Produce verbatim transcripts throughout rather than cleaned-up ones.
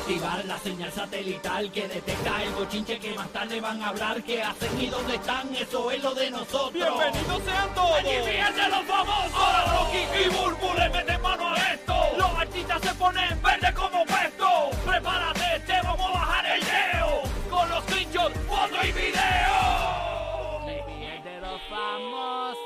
activar la señal satelital que detecta el bochinche que más tarde van a hablar. ¿Qué hacen y dónde están? Eso es lo de nosotros. ¡Bienvenidos sean todos! ¡Allí fíjense los famosos! Ahora Rocky y Burbu le meten mano a esto. Los artistas se ponen verde como puesto. Prepárate, te vamos a bajar el leo. Con los screenshots, foto y video. Baby, es de los famosos.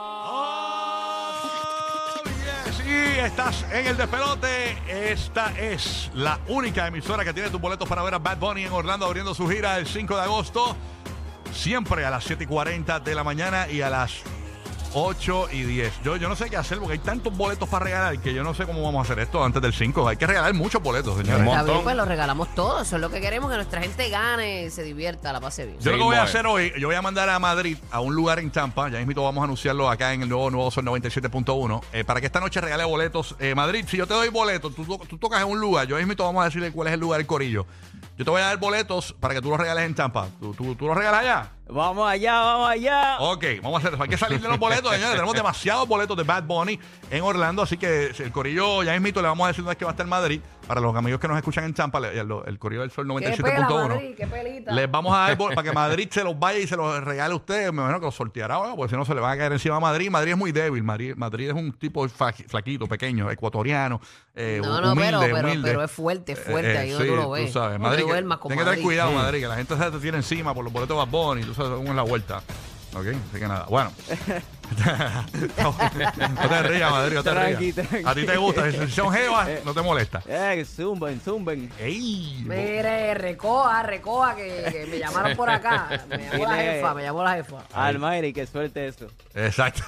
Oh, yes. Y estás en el despelote. Esta es la única emisora que tiene tus boletos para ver a Bad Bunny en Orlando abriendo su gira el cinco de agosto. Siempre a las siete y cuarenta de la mañana y a las ocho y diez. Yo, yo no sé qué hacer porque hay tantos boletos para regalar que yo no sé cómo vamos a hacer esto antes del cinco. Hay que regalar muchos boletos, señores. Está bien, pues los regalamos todos. Eso es lo que queremos, que nuestra gente gane, se divierta, la pase bien. Yo lo que voy a hacer hoy, yo voy a mandar a Madrid, a un lugar en Tampa, ya mismo vamos a anunciarlo acá en el nuevo Nuevo Sol noventa y siete punto uno, eh, para que esta noche regale boletos. Eh, Madrid, si yo te doy boletos, tú, tú tocas en un lugar, yo mismo vamos a decirle cuál es el lugar, el corillo. Yo te voy a dar boletos para que tú los regales en Tampa. ¿Tú, tú, tú los regalas allá? ¡Vamos allá, vamos allá! Ok, vamos a hacer eso. Hay que salir de los boletos, señores. Tenemos demasiados boletos de Bad Bunny en Orlando, así que el corillo ya mismo le vamos a decir dónde es que va a estar en Madrid. Para los amigos que nos escuchan en Tampa, el, el corillo del Sol noventa y siete punto uno. ¡Qué pelita! Les vamos a dar para que Madrid se los vaya y se los regale a ustedes. Me imagino que los sorteará ahora, porque si no se le va a caer encima a Madrid. Madrid es muy débil. Madrid, Madrid es un tipo flaquito, pequeño, ecuatoriano, eh, no, no, humilde, pero, pero, humilde. pero es fuerte, es fuerte. Eh, ahí eh, donde sí, tú lo ves. tú sabes. No Madrid, te duermas con tienes que tener Madrid. cuidado, Madrid, que la gente se te tiene encima por los boletos de Bad Bunny. Tú sabes cómo es la vuelta. Ok, así que nada. Bueno. No te rías, Madrid, no te Tranqui, rías. tranqui. A ti te gusta. Si son jevas, no te molesta. ¡Eh, zumben, zumben! ¡Ey! Mire, recoja, recoja, que, que me llamaron por acá. Me llamó la Dile- jefa, me llamó la jefa. Almayri, que suelte eso. Exacto.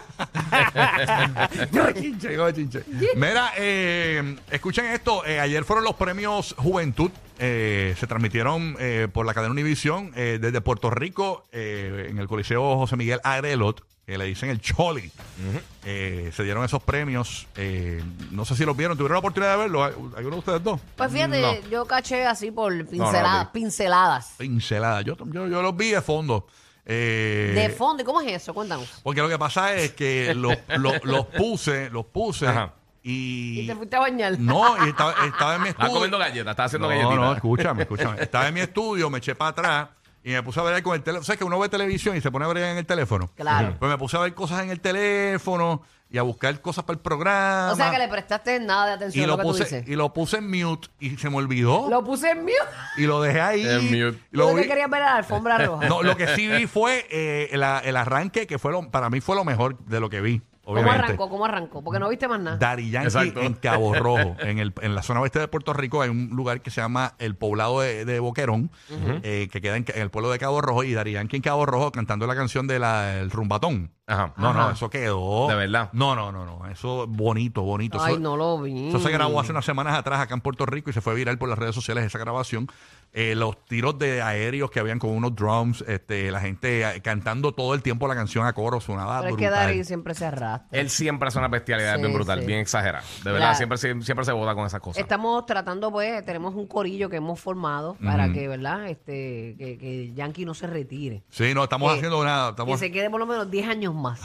Chinche, coge chinche. Mira, eh, escuchen esto. Eh, ayer fueron los premios Juventud. Eh, se transmitieron eh, por la cadena Univisión eh, desde Puerto Rico eh, en el Coliseo José Miguel Agrelot, que le dicen el Choli. Uh-huh. eh, se dieron esos premios. Eh, no sé si los vieron. ¿Tuvieron la oportunidad de verlo? ¿Alguno de ustedes dos? Pues fíjate, No. yo caché así por pinceladas, No, no, no. pinceladas. Pincelada. Yo, yo, yo los vi de fondo. Eh, De fondo, ¿y cómo es eso? Cuéntanos. Porque lo que pasa es que los, los, los puse, los puse Ajá. y... Y te fuiste a bañar. No, y estaba, estaba en mi Estaba estudio. comiendo galletas, estaba haciendo no, galletitas. No, escúchame, escúchame. Estaba en mi estudio, me eché para atrás y me puse a ver con el teléfono. ¿Sabes que uno ve televisión y se pone a ver en el teléfono? Claro. Pues me puse a ver cosas en el teléfono y a buscar cosas para el programa. O sea que le prestaste nada de atención y a lo lo que tú puse dices. y lo puse en mute y se me olvidó. Lo puse en mute. Y lo dejé ahí. En mute. Y lo Yo que vi- quería ver la alfombra roja. No, lo que sí vi fue eh, la- el arranque, que fue lo, para mí fue lo mejor de lo que vi. ¿Cómo Obviamente. arrancó? ¿Cómo arrancó? Porque no viste más nada. Daddy Yankee Exacto. en Cabo Rojo, en, el, en la zona oeste de Puerto Rico, hay un lugar que se llama el Poblado de, de Boquerón, eh, que queda en, en el pueblo de Cabo Rojo, y Daddy Yankee en Cabo Rojo cantando la canción del el rumbatón. Ajá. No, no, Ajá. eso quedó. ¿De verdad? No, no, no, no. Eso bonito, bonito. Ay, eso, no lo vi. eso se grabó hace unas semanas atrás acá en Puerto Rico y se fue viral por las redes sociales esa grabación. Eh, los tiros de aéreos que habían con unos drums, este, la gente eh, cantando todo el tiempo la canción a coro, sonaba Pero es que brutal. Dari siempre se arrastra. Él siempre hace una bestialidad Sí, bien brutal, sí. bien exagerada. De verdad, Claro. siempre, se- siempre se bota con esas cosas. Estamos tratando, pues, tenemos un corillo que hemos formado para que, ¿verdad? Este, que, que Yankee no se retire. Sí, no, estamos Que- haciendo una... Que Estamos se quede por lo menos diez años más.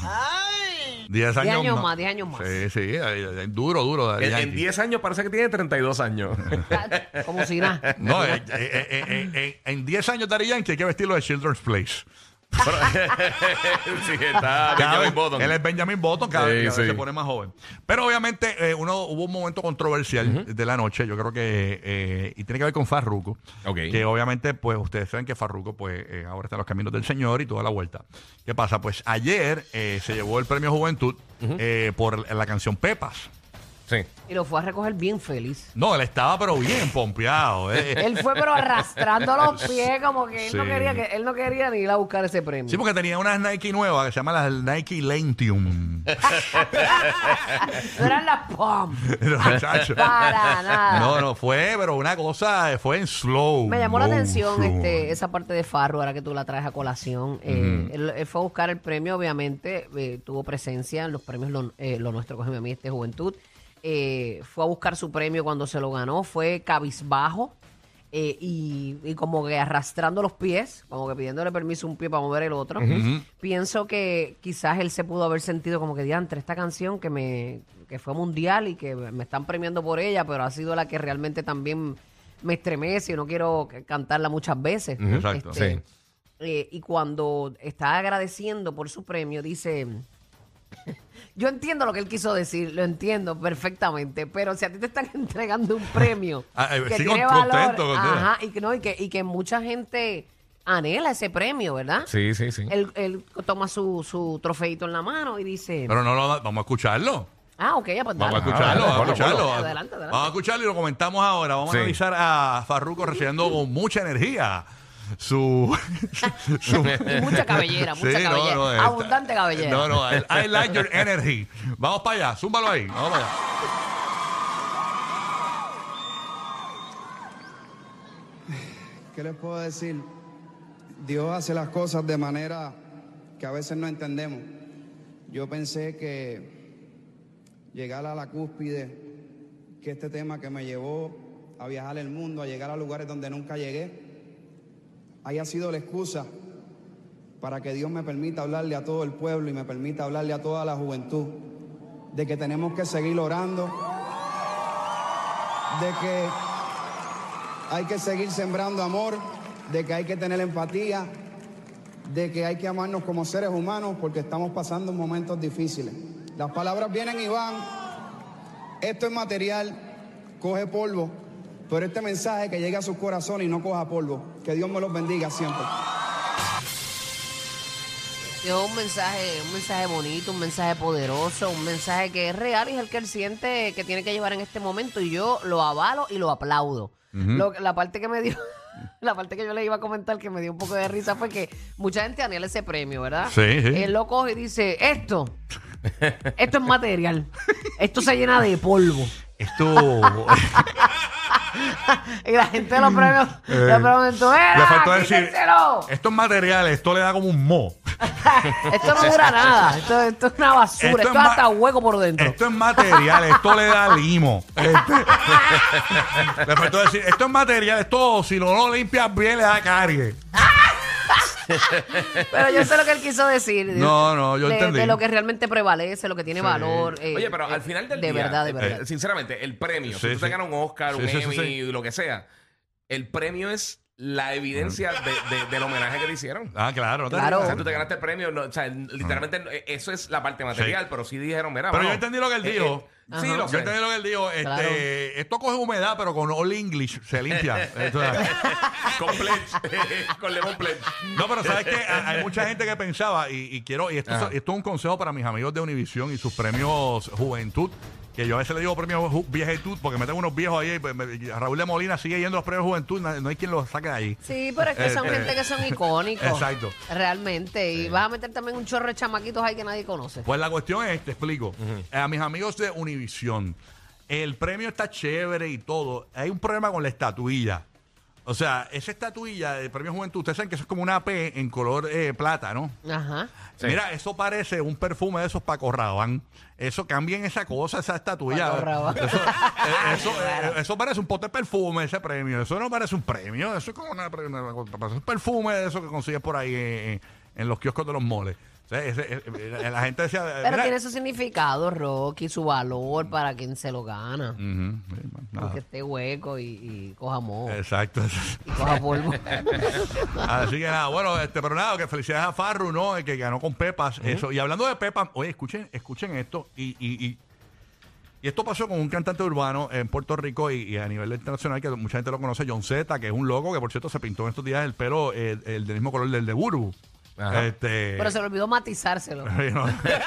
diez años, diez años más, diez años más. Sí, sí, eh, eh, duro, duro. Daddy En- Yankee. en diez años parece que tiene treinta y dos años. Como si nada. No, eh, eh, eh, eh, eh, en diez años Daddy Yankee hay que vestirlo de Children's Place. Pero- sí, está Cada Benjamin vez- Button. Él es Benjamin Button, cada Sí, vez cada vez sí. se pone más joven. Pero obviamente eh, uno hubo un momento controversial de la noche, yo creo que, eh, y tiene que ver con Farruko. Ok. Que obviamente, pues ustedes saben que Farruko, pues eh, ahora está en los caminos del Señor y toda la vuelta. ¿Qué pasa? Pues ayer eh, se llevó el premio Juventud eh, por la canción Pepas. Sí. Y lo fue a recoger bien feliz. No, él estaba pero bien pompeado. eh. Él fue pero arrastrando los pies como que él no Sí. quería que él no quería ni ir a buscar ese premio. Sí, porque tenía unas Nike nuevas que se llaman las Nike Lentium. No eran las pom. No, muchacho. Para nada. No, no, fue, pero una cosa, fue en slow. Me llamó la atención motion. este, esa parte de Farru, ahora que tú la traes a colación. Eh, él, él fue a buscar el premio, obviamente, eh, tuvo presencia en los premios Lo, eh, Lo Nuestro, Cógeme a mí, este Juventud. Eh, fue a buscar su premio cuando se lo ganó, fue cabizbajo eh, y, y como que arrastrando los pies, como que pidiéndole permiso un pie para mover el otro. Pienso que quizás él se pudo haber sentido como que diantre, esta canción que me que fue mundial y que me están premiando por ella, pero ha sido la que realmente también me estremece y no quiero c- cantarla muchas veces. Ujú, exacto. Este, Sí. eh, y cuando está agradeciendo por su premio, dice... Yo entiendo lo que él quiso decir, lo entiendo perfectamente, pero si a ti te están entregando un premio Ah, eh, que sí, tiene con- valor, contento, contento. ajá, y que no, y que, y que mucha gente anhela ese premio, ¿verdad? Sí, sí, sí. Él, él toma su, su trofeito en la mano y dice, Pero no, no, vamos a escucharlo. ah, ok, ya pues Vamos a dale. escucharlo, Ah, vamos a ponlo, escucharlo. ponlo. Adelante, adelante. Vamos a escucharlo y lo comentamos ahora. Vamos Sí. a analizar a Farruko recibiendo con mucha energía su... su- Y mucha cabellera, mucha Sí, no, cabellera, no, está- abundante cabellera. No, no, I, I like your energy. Vamos para allá, zúmbalo ahí. Vamos para allá. ¿Qué les puedo decir? Dios hace las cosas de manera que a veces no entendemos. Yo pensé que llegar a la cúspide, que este tema que me llevó a viajar el mundo, a llegar a lugares donde nunca llegué, haya sido la excusa para que Dios me permita hablarle a todo el pueblo y me permita hablarle a toda la juventud de que tenemos que seguir orando, de que hay que seguir sembrando amor, de que hay que tener empatía, de que hay que amarnos como seres humanos porque estamos pasando momentos difíciles. Las palabras vienen y van. Esto es material, coge polvo, pero este mensaje que llegue a sus corazones y no coja polvo. Que Dios me los bendiga siempre. Es un mensaje, un mensaje bonito, un mensaje poderoso, un mensaje que es real y es el que él siente que tiene que llevar en este momento y yo lo avalo y lo aplaudo. Lo- la parte que me dio, la parte que yo le iba a comentar que me dio un poco de risa fue que mucha gente anhela ese premio, ¿verdad? Sí, sí. Él lo coge y dice, esto, esto es material, esto se llena de polvo. Esto... Y la gente de los premios Eh, le preguntó, Le ¡era, faltó decir, quítenselo! esto es material, esto le da como un mo. Esto no dura nada, esto, esto es una basura, Esto esto, es es ma- hasta hueco por dentro. Esto es material, esto le da limo. Este- le faltó decir, esto es material, esto si no lo limpias bien le da carie. Pero yo sé lo que él quiso decir. de- No, no, yo de, entendí. de lo que realmente prevalece, lo que tiene valor. eh, Oye, pero eh, al final del de día, verdad, de eh, verdad. sinceramente, el premio, Sí, si tú sí. te ganas un Oscar, Sí, un sí, sí, Emmy, sí. lo que sea, el premio es la evidencia de- de- del homenaje que te hicieron. Ah, claro. no te Claro. O rías. sea, tú te ganaste el premio, no, o sea, literalmente eh, eso es la parte material, Sí. pero sí dijeron, mira, Pero yo vamos, entendí lo que él eh, dijo. eh, sí, Ajá. lo Yo sé. entendí lo que él dijo. Este, Claro. Esto coge humedad, pero con All English se limpia. Esto es- Con pledge, con lemon pledge. No, pero sabes que hay mucha gente que pensaba, y, y quiero, y esto, Ajá. es- esto es un consejo para mis amigos de Univision y sus premios Juventud, que yo a veces le digo premios ju- Viejetud, porque me tengo unos viejos ahí, pues, me- Raúl de Molina sigue yendo a los premios Juventud, no, no hay quien los saque de ahí. Sí, pero es que son Este- gente que son icónicos. Exacto. Realmente. Y vas a meter también un chorro de chamaquitos ahí que nadie conoce. Pues la cuestión es, te explico, Eh, a mis amigos de Univision, el premio está chévere y todo, hay un problema con la estatuilla. O sea, esa estatuilla del premio Juventud, ustedes saben que eso es como una P en color eh, plata, ¿no? Ajá. Sí. Mira, eso parece un perfume de esos Paco Rabanne. Eso, cambien esa cosa, esa estatuilla. Paco Rabanne. Eso, eh, eso, eh, eso parece un pote de perfume, ese premio. Eso no parece un premio. Eso es como una, una- parece un perfume de eso que consigues por ahí en, en los kioscos de los moles. O sea, ese- eh, eh, la gente decía... Pero mira- tiene su significado, Rocky, su valor para quien se lo gana. Ujú, sí, nada. Porque esté hueco y, y coja moho. Exacto. Y coja polvo. Así que nada, bueno, este, pero nada, que felicidades a Farru, ¿no? El que ganó con Pepas. Eso. Y hablando de Pepas, oye, escuchen, escuchen esto. Y, y, y, y esto pasó con un cantante urbano en Puerto Rico y, y a nivel internacional, que mucha gente lo conoce, John Z, que es un loco que por cierto se pintó en estos días el pelo eh, el del mismo color del de Burbu. Ajá. Este, Pero se le olvidó matizárselo. no,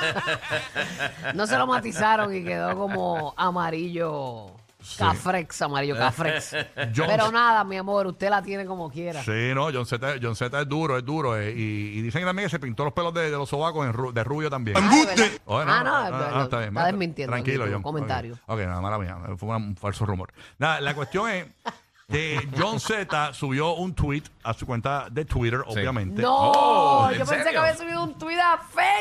No se lo matizaron y quedó como amarillo cafrex, amarillo cafrex. John- Pero nada, mi amor, usted la tiene como quiera. Sí, no, John Z, John Z es duro, es duro. eh, y, y dicen también que se pintó los pelos de, de los sobacos en ru- de rubio también. Ah, ¿de verdad? Oye, Ah, no, no, lo- está bien. está desmintiendo Tranquilo, aquí tu John. comentario. Ok, ok, nada, mala mía. Fue una- un falso rumor. Nada, la cuestión es que John Z subió un tweet a su cuenta de Twitter, obviamente. No, Oh, ¿en yo pensé serio? que había subido un tweet a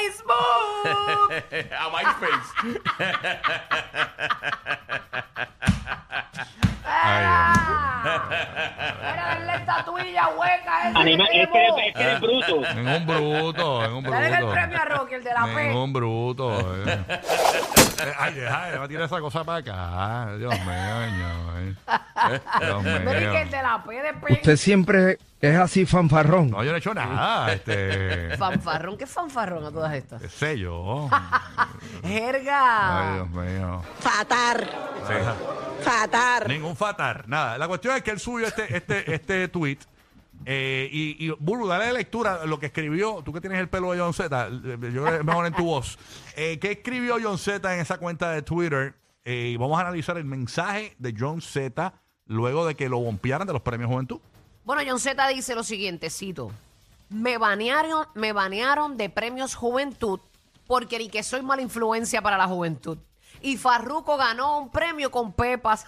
Facebook. A MySpace. Ay, Ah. Mira, denle estatuilla hueca a ese Anima, es que Evo. eres, es que eres bruto. Ningún bruto, ningún bruto. Dale el premio a Rocky, el de la P. Ningún bruto. eh. Eh, Ay, deja, deja tirar esa cosa para acá. Dios mío, señor. Dios Mira, y que el mío. de la P de P. Usted siempre es así fanfarrón. No, yo no he hecho nada. Este. Fanfarrón, ¿qué fanfarrón a todas estas? ¿Qué sé yo? Ay, Jerga. Dios mío. Fatar, Sí. fatar. Ningún fatar, nada. La cuestión es que él subió este, este, este tweet. Eh, y, y Burbu, dale lectura a lo que escribió. Tú que tienes el pelo de John Z, yo creo que es mejor en tu voz. Eh, ¿Qué escribió John Z en esa cuenta de Twitter? Eh, y vamos a analizar el mensaje de John Z luego de que lo bompearan de los premios Juventud. Bueno, John Z dice lo siguiente, cito. Me banearon, me banearon de premios Juventud porque ni que soy mala influencia para la juventud. Y Farruko ganó un premio con Pepas.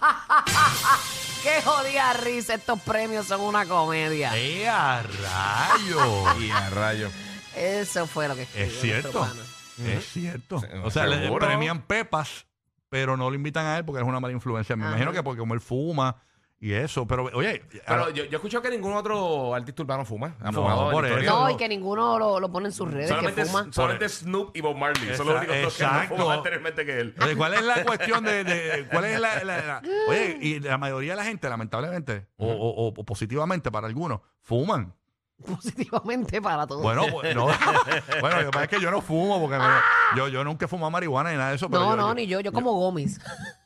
¡Qué jodida risa! Estos premios son una comedia. ¡Eh, a rayo! Y a rayo. Eso fue lo que escribió Es cierto. nuestro pana. Es cierto. Sí, O sea, le seguro. premian Pepas, pero no lo invitan a él porque es una mala influencia. Me Ajá. imagino que porque como él fuma y eso. Pero, oye, Pero ahora- yo, yo he escuchado que ningún otro artista urbano fuma. Ha No, fumado en por la historia. eso. No, y que ninguno lo, lo pone en sus redes, Solamente, que fuma. solamente Snoop y Bob Marley. Son los Exa- únicos dos que no exacto. fuman anteriormente que él. Oye, ¿cuál es la cuestión de, de- cuál es la, la- la- oye, y la mayoría de la gente, lamentablemente, o, o- o positivamente para algunos, fuman. Positivamente para todos. Bueno, pues, no. Bueno, lo que pasa es que yo no fumo porque me- yo, yo nunca he fumado marihuana ni nada de eso. Pero no, yo- no, yo- ni yo, yo como Gómez.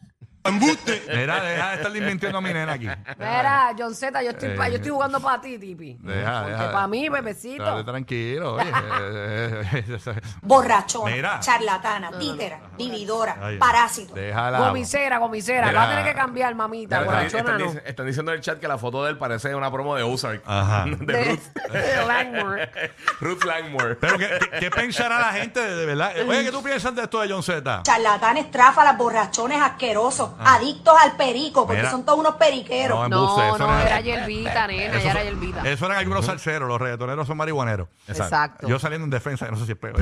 Mira, deja de estar mintiendo a mi nena aquí. Mira, John Z, yo estoy, pa- Eh. yo estoy jugando para ti, Tipi. Deja, Porque deja. para mí, Dale bebecito. tranquilo. Oye, eh, eh, eh, Borrachona, Mira. charlatana, títera, vividora, Ay, parásito. déjala. Gomicera, gomicera. Mira. Va a tener que cambiar, mamita. Están, Borrachona están no. dic- están diciendo en el chat que la foto de él parece una promo de Ozark. Ajá. De De, Ruth, de Langmore. Ruth Langmore. Pero, ¿qué, qué, qué pensará la gente de, de verdad? Oye, ¿qué tú piensas de esto de John Z? Charlatanes, tráfalas, borrachones asquerosos, adictos al perico, porque Mira. son todos unos periqueros. No, embuste, No, eso no, no es- era yerbita, nena, Eso ya era son- yerbita. Eso eran algunos salseros, los reggaetoneros son marihuaneros. Exacto. Yo saliendo en defensa, yo no sé si es peor.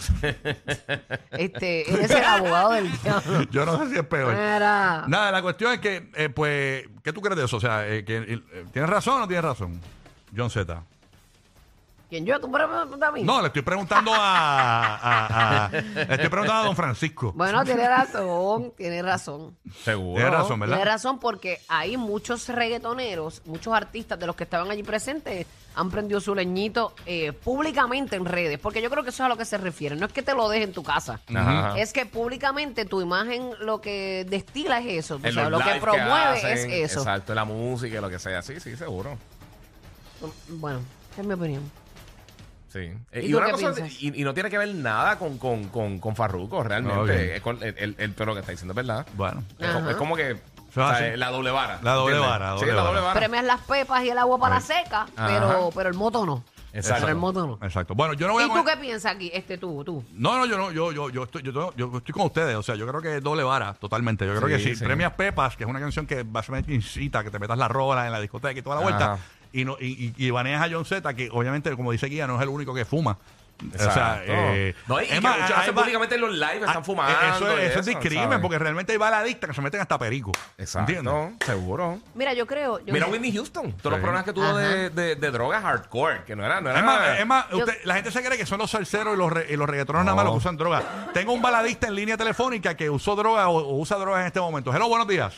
Este, él es el abogado del diablo. Yo no sé si es peor. Mira. Nada, la cuestión es que, eh, pues, ¿qué tú crees de eso? O sea, eh, que, eh, ¿tienes razón o no tienes razón? John Z. ¿Quién yo? ¿Tú me preguntas a mí? No, le estoy preguntando a, a- a- le estoy preguntando a don Francisco. Bueno, tiene razón, tiene razón. Seguro. Tienes razón, ¿verdad? Tiene razón porque hay muchos reggaetoneros, muchos artistas de los que estaban allí presentes han prendido su leñito eh, públicamente en redes, porque yo creo que eso es a lo que se refiere. No es que te lo dejes en tu casa, Ajá. es que públicamente tu imagen lo que destila es eso, o En sea, los lo que live promueve hacen, es eso. Exacto, la música, lo que sea. Sí, sí, seguro. Bueno, esa es mi opinión. Sí. ¿Y Eh, y, tú una qué cosa, piensas? y, y no tiene que ver nada con, con, con, con Farruko, realmente. Ok. Es con el, el, el- pero lo que está diciendo es verdad. Bueno, Es como, Ajá. es como que o Eso es sea, así. la doble vara. La doble ¿entiendes? vara, Sí, doble la vara. doble vara. Premias las pepas y el agua para la seca, Ajá. pero, pero el moto no. Exacto. Pero el moto no. exacto. Bueno, yo no voy a ¿Y tú coger- qué piensas aquí? Este tú, tú. No, no, yo no, yo, yo, yo estoy, yo, tengo- yo estoy con ustedes. O sea, yo creo que es doble vara, totalmente. Yo creo Sí, que sí. sí. Premias Pepas, que es una canción que básicamente incita a que te metas la rola en la discoteca y toda la vuelta. Ajá. Y no, y, y, y baneas a John Z, que obviamente, como dice Guía, no es el único que fuma. O sea, Exacto. eh, no, y es que más, muchos hay hacen va- públicamente en los live, están Ah, fumando. Eso es, y eso es discrimen, ¿sabes? porque realmente hay baladistas que se meten hasta perico. Exacto, ¿Entiendes? seguro. Mira, yo creo. Yo Mira creo- Whitney Houston, todos los Sí. problemas que tuvo Ajá. de, de, de drogas hardcore, que no era, no era Es más, es más, Yo- usted- la gente se cree que son los salseros y los, re- y los reggaetoneros No. nada más los que usan droga. Tengo un baladista en línea telefónica que usó droga o, o usa droga en este momento. Hello, buenos días.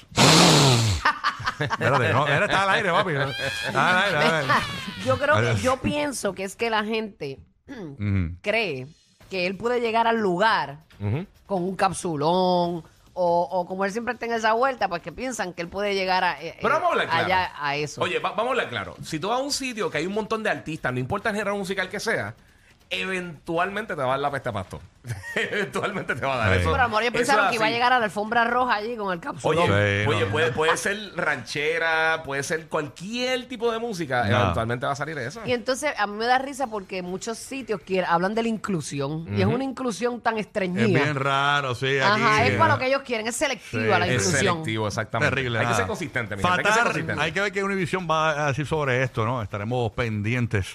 Espérate, no, él está al aire, papi. Está al aire, al aire. Yo creo que, Adiós. yo pienso que es que la gente Ujú. cree que él puede llegar al lugar Ujú. con un capsulón o, o como él siempre está en esa vuelta, pues que piensan que él puede llegar a, eh, Pero vamos a hablar claro. allá a eso. Oye, va- vamos a hablar claro. Si tú vas a un sitio que hay un montón de artistas, no importa el género musical que sea, eventualmente te va a dar la peste a pasto. eventualmente te va a dar Sí. eso. Pero a lo mejor ellos eso pensaron es que iba a así. llegar a la alfombra roja allí con el capsulón. Oye, Sí, oye no. puede, puede ser ranchera, puede ser cualquier tipo de música, No. eventualmente va a salir eso. Y entonces a mí me da risa porque muchos sitios quieren, hablan de la inclusión y es una inclusión tan estreñida. Es bien raro, sí. Aquí, Ajá, es eh, para lo que ellos quieren, es selectiva Sí, la Es inclusión. selectivo, exactamente. Terrible. Hay que nada. ser consistente, mi gente, hay que ser Fatar, consistente. hay que ver qué Univision va a decir sobre esto, ¿no? Estaremos pendientes.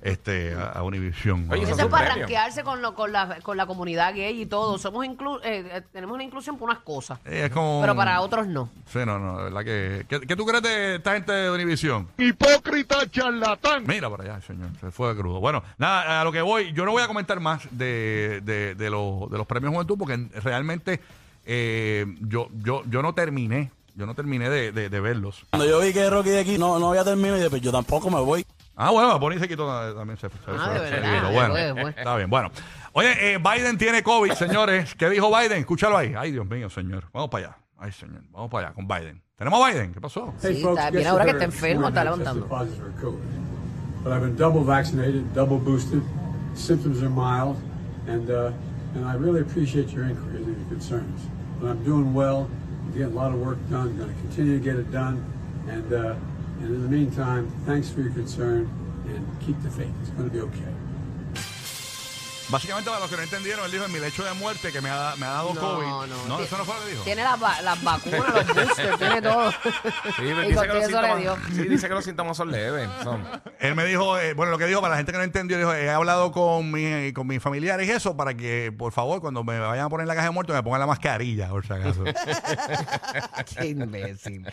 este, a, a Univision. Oye, ¿no? eso Eso es un para premio. rankearse con, lo, con, la, con la comunidad gay y todo. Somos inclu eh, eh, tenemos una inclusión por unas cosas, Eh, es como... pero para otros no. Sí, no, no, de verdad que... ¿Qué, qué tú crees de esta gente de Univision? Hipócrita charlatán. Mira para allá, señor, se fue de crudo. Bueno, nada, a lo que voy, yo no voy a comentar más de, de, de, los, de los premios Juventud porque realmente eh, yo, yo, yo no terminé, yo no terminé de, de, de verlos. Cuando yo vi que Rocky de aquí no, no había terminado, y dije, pues yo tampoco me voy. Ah, bueno, Bonnie se quitó eh, también. Se, se, Ah, se- de se verdad, quitó. Bueno, después, después. está bien, bueno. Oye, eh, Biden tiene COVID, señores. ¿Qué dijo Biden? Escúchalo ahí. Ay, Dios mío, señor. Vamos para allá. Ay, señor. Vamos para allá con Biden. ¿Tenemos a Biden? ¿Qué pasó? Sí, está bien ahora que está enfermo, está levantando. But I've been double vaccinated, double boosted. Symptoms are mild, and uh, and I really appreciate your inquiries and your concerns. But I'm doing well. I'm getting a lot of work done. I'm going to continue to get it done, and uh, and in the meantime, thanks for your concern, and keep the faith. It's going to be okay. Básicamente, para los que no entendieron, él dijo en mi lecho de muerte que me ha, me ha dado No, COVID. no. No, Ti- eso no fue lo que dijo. Tiene las, va- las vacunas, los boosters, tiene todo. Sí, pero Y dice, con que los eso le dio. síntomas, sí, dice que los síntomas son leves. Son. Él me dijo, eh, bueno, lo que dijo para la gente que no entendió, dijo, he hablado con, mi, con mis familiares y eso para que, por favor, cuando me vayan a poner en la caja de muertos, me pongan la mascarilla, por si acaso. Qué imbécil.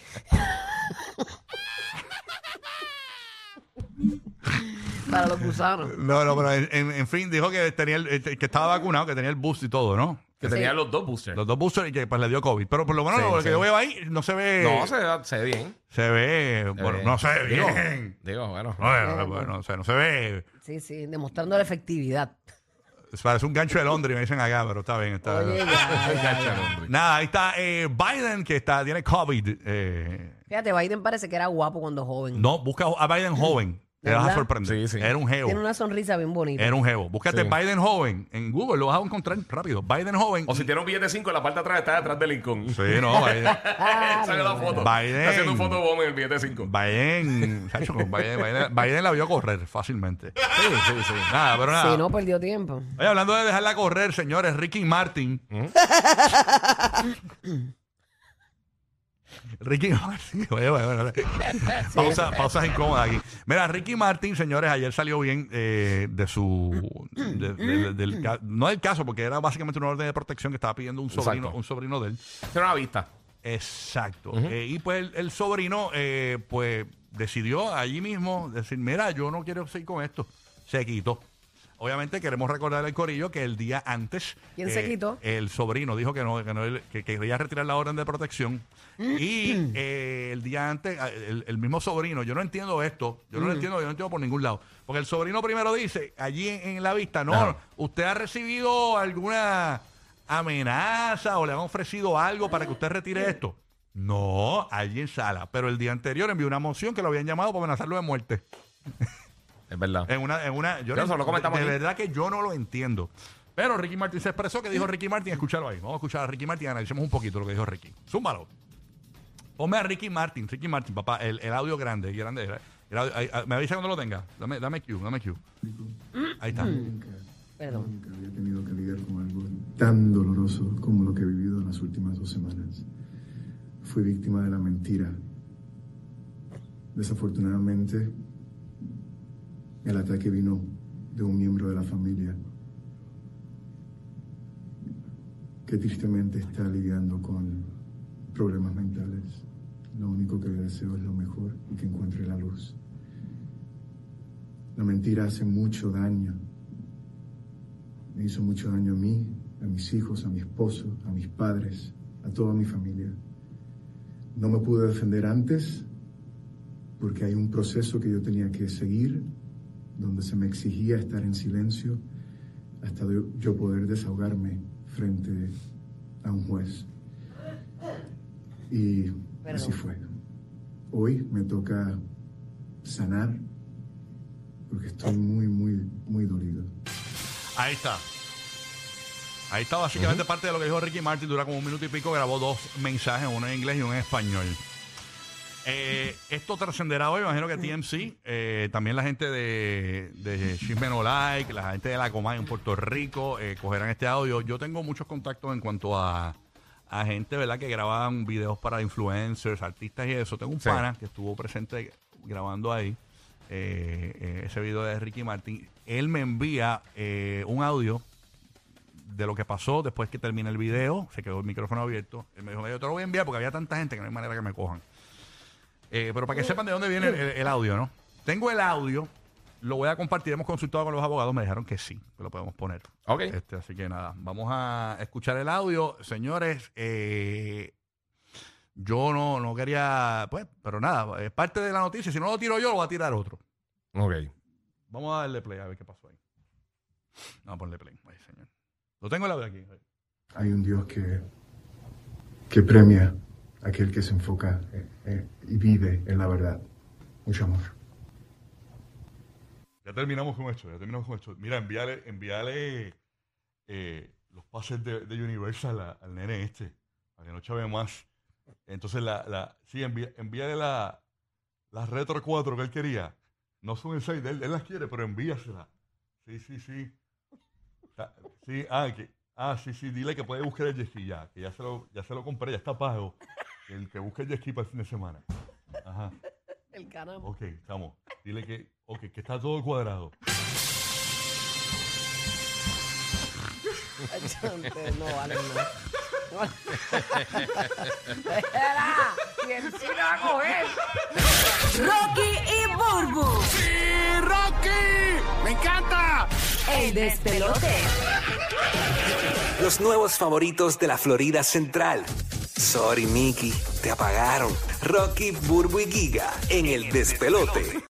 Para los gusanos. No, no, pero en, en- en fin, dijo que tenía el- que estaba vacunado, que tenía el boost y todo, ¿no? Que Sí. tenía los dos boosters. Los dos boosters y que pues le dio COVID. Pero por lo menos Sí, lo que sí. yo veo ahí no se ve. No, se, ve- se ve bien. Se ve. Bueno, bien. no se ve Digo, bien. Digo, bueno. Bueno, bueno, o sea, no se ve. Sí, sí, demostrando la efectividad. Parece un gancho de Londres, me dicen acá, pero está bien. Está Oye, ya, ya, ya. Nada, ahí está eh, Biden, que está, tiene COVID. Eh, Fíjate, Biden parece que era guapo cuando joven. no, busca a Biden joven. Te vas a ¿Verdad? sorprender. Sí, sí. Era un geo. Tiene una sonrisa bien bonita. Era un geo. Búscate Sí. Biden joven en Google, lo vas a encontrar rápido. Biden joven. O si tiene un billete cinco en la parte de atrás, está detrás de Lincoln. Sí, no, Biden. Saca la foto. Biden. Está haciendo un fotobomb en el billete cinco. Biden, chacho, Biden, Biden, Biden la vio correr fácilmente. Sí, sí, sí. Nada, pero nada. Sí, no perdió tiempo. Oye, hablando de dejarla correr, señores, Ricky Martin. Ricky Martin. Oye, oye, oye, oye. Pausa, pausas incómodas aquí. Mira, Ricky Martin, señores, ayer salió bien eh, de su. de- de- del ca- no del caso, porque era básicamente una orden de protección que estaba pidiendo un sobrino, Exacto. un sobrino de él. Tiene una vista. Exacto. Eh, y pues el, el sobrino, eh, pues decidió allí mismo decir: mira, yo no quiero seguir con esto. Se quitó. Obviamente queremos recordar al corillo que el día antes ¿Quién se quitó? el sobrino dijo que no, que, no que, que quería retirar la orden de protección y eh, el día antes el, el mismo sobrino, yo no entiendo esto, yo no lo entiendo, yo no entiendo por ningún lado, porque el sobrino primero dice allí en, en la vista, no, Ajá. usted ha recibido alguna amenaza o le han ofrecido algo para que usted retire esto. No, allí en sala, pero el día anterior envió una moción que lo habían llamado para amenazarlo de muerte. Es verdad. En una, en una, yo Pero eso lo comentamos de, de aquí. verdad que yo no lo entiendo. Pero Ricky Martin se expresó. ¿Qué dijo Ricky Martin? Escúchalo ahí. Vamos a escuchar a Ricky Martin y analicemos un poquito lo que dijo Ricky. Zúmbalo. Ponme a Ricky Martin. Ricky Martin, papá. El, el audio grande. El grande el audio- ahí, ahí, me avisa cuando lo tenga. Dame, dame Q, dame Q. Ahí está. Perdón. Nunca había tenido que lidiar con algo tan doloroso como lo que he vivido en las últimas dos semanas. Fui víctima de la mentira. Desafortunadamente, el ataque vino de un miembro de la familia que tristemente está lidiando con problemas mentales. Lo único que le deseo es lo mejor y que encuentre la luz. La mentira hace mucho daño. Me hizo mucho daño a mí, a mis hijos, a mi esposo, a mis padres, a toda mi familia. No me pude defender antes porque hay un proceso que yo tenía que seguir, donde se me exigía estar en silencio hasta yo- yo poder desahogarme frente a un juez. Y así fue. Hoy me toca sanar porque estoy muy, muy, muy dolido. Ahí está. Ahí está básicamente parte de lo que dijo Ricky Martin. Dura como un minuto y pico. Grabó dos mensajes, uno en inglés y uno en español. Eh, esto trascenderá hoy, imagino que T M C, eh, también la gente de, de Chisme No Like, la gente de la Comay en Puerto Rico, eh, cogerán este audio. Yo tengo muchos contactos en cuanto a, a gente, ¿verdad?, que graban videos para influencers, artistas y eso. Tengo un Sí. pana que estuvo presente grabando ahí. eh, eh, ese video de Ricky Martin. Él me envía eh, un audio de lo que pasó después que termine el video. Se quedó el micrófono abierto. Él me dijo, yo te lo voy a enviar porque había tanta gente que no hay manera que me cojan. Eh, pero para que sepan de dónde viene el, el audio, ¿no? Tengo el audio, lo voy a compartir. Hemos consultado con los abogados, me dijeron que sí, que lo podemos poner. Ok. Este, así que nada, vamos a escuchar el audio. Señores, eh, yo no, no quería, pues, pero nada, es parte de la noticia. Si no lo tiro yo, lo va a tirar otro. Ok. Vamos a darle play a ver qué pasó ahí. Vamos a ponerle play. Ay, señor. Lo tengo el audio aquí. Hay un Dios que, que premia a aquel que se enfoca eh, eh, y vive en la verdad. Mucho amor. Ya terminamos con esto, ya terminamos con esto. Mira, envíale, envíale eh, los pases de, de Universal a- al nene este, para que no chave más. Entonces, la, la, sí, envía- envíale la, la Retro cuatro que él quería. No son el seis, él, él las quiere, pero envíasela. Sí, sí, sí. Ta- Sí, ah, que, ah, sí, sí, dile que puede buscar el jet ski ya, que ya se lo, ya se lo compré, ya está pago. El que busque el jet ski para el fin de semana. Ajá. El caramba. Ok, estamos. Dile que, okay, que está todo cuadrado. No, vale, no. Espera, ¿quién sí lo va a coger? Rocky y Burbu. ¡Sí, Rocky! ¡Me encanta! El despelote. Los nuevos favoritos de la Florida Central. Sorry, Mickey, te apagaron. Rocky, Burbu y Giga en el despelote.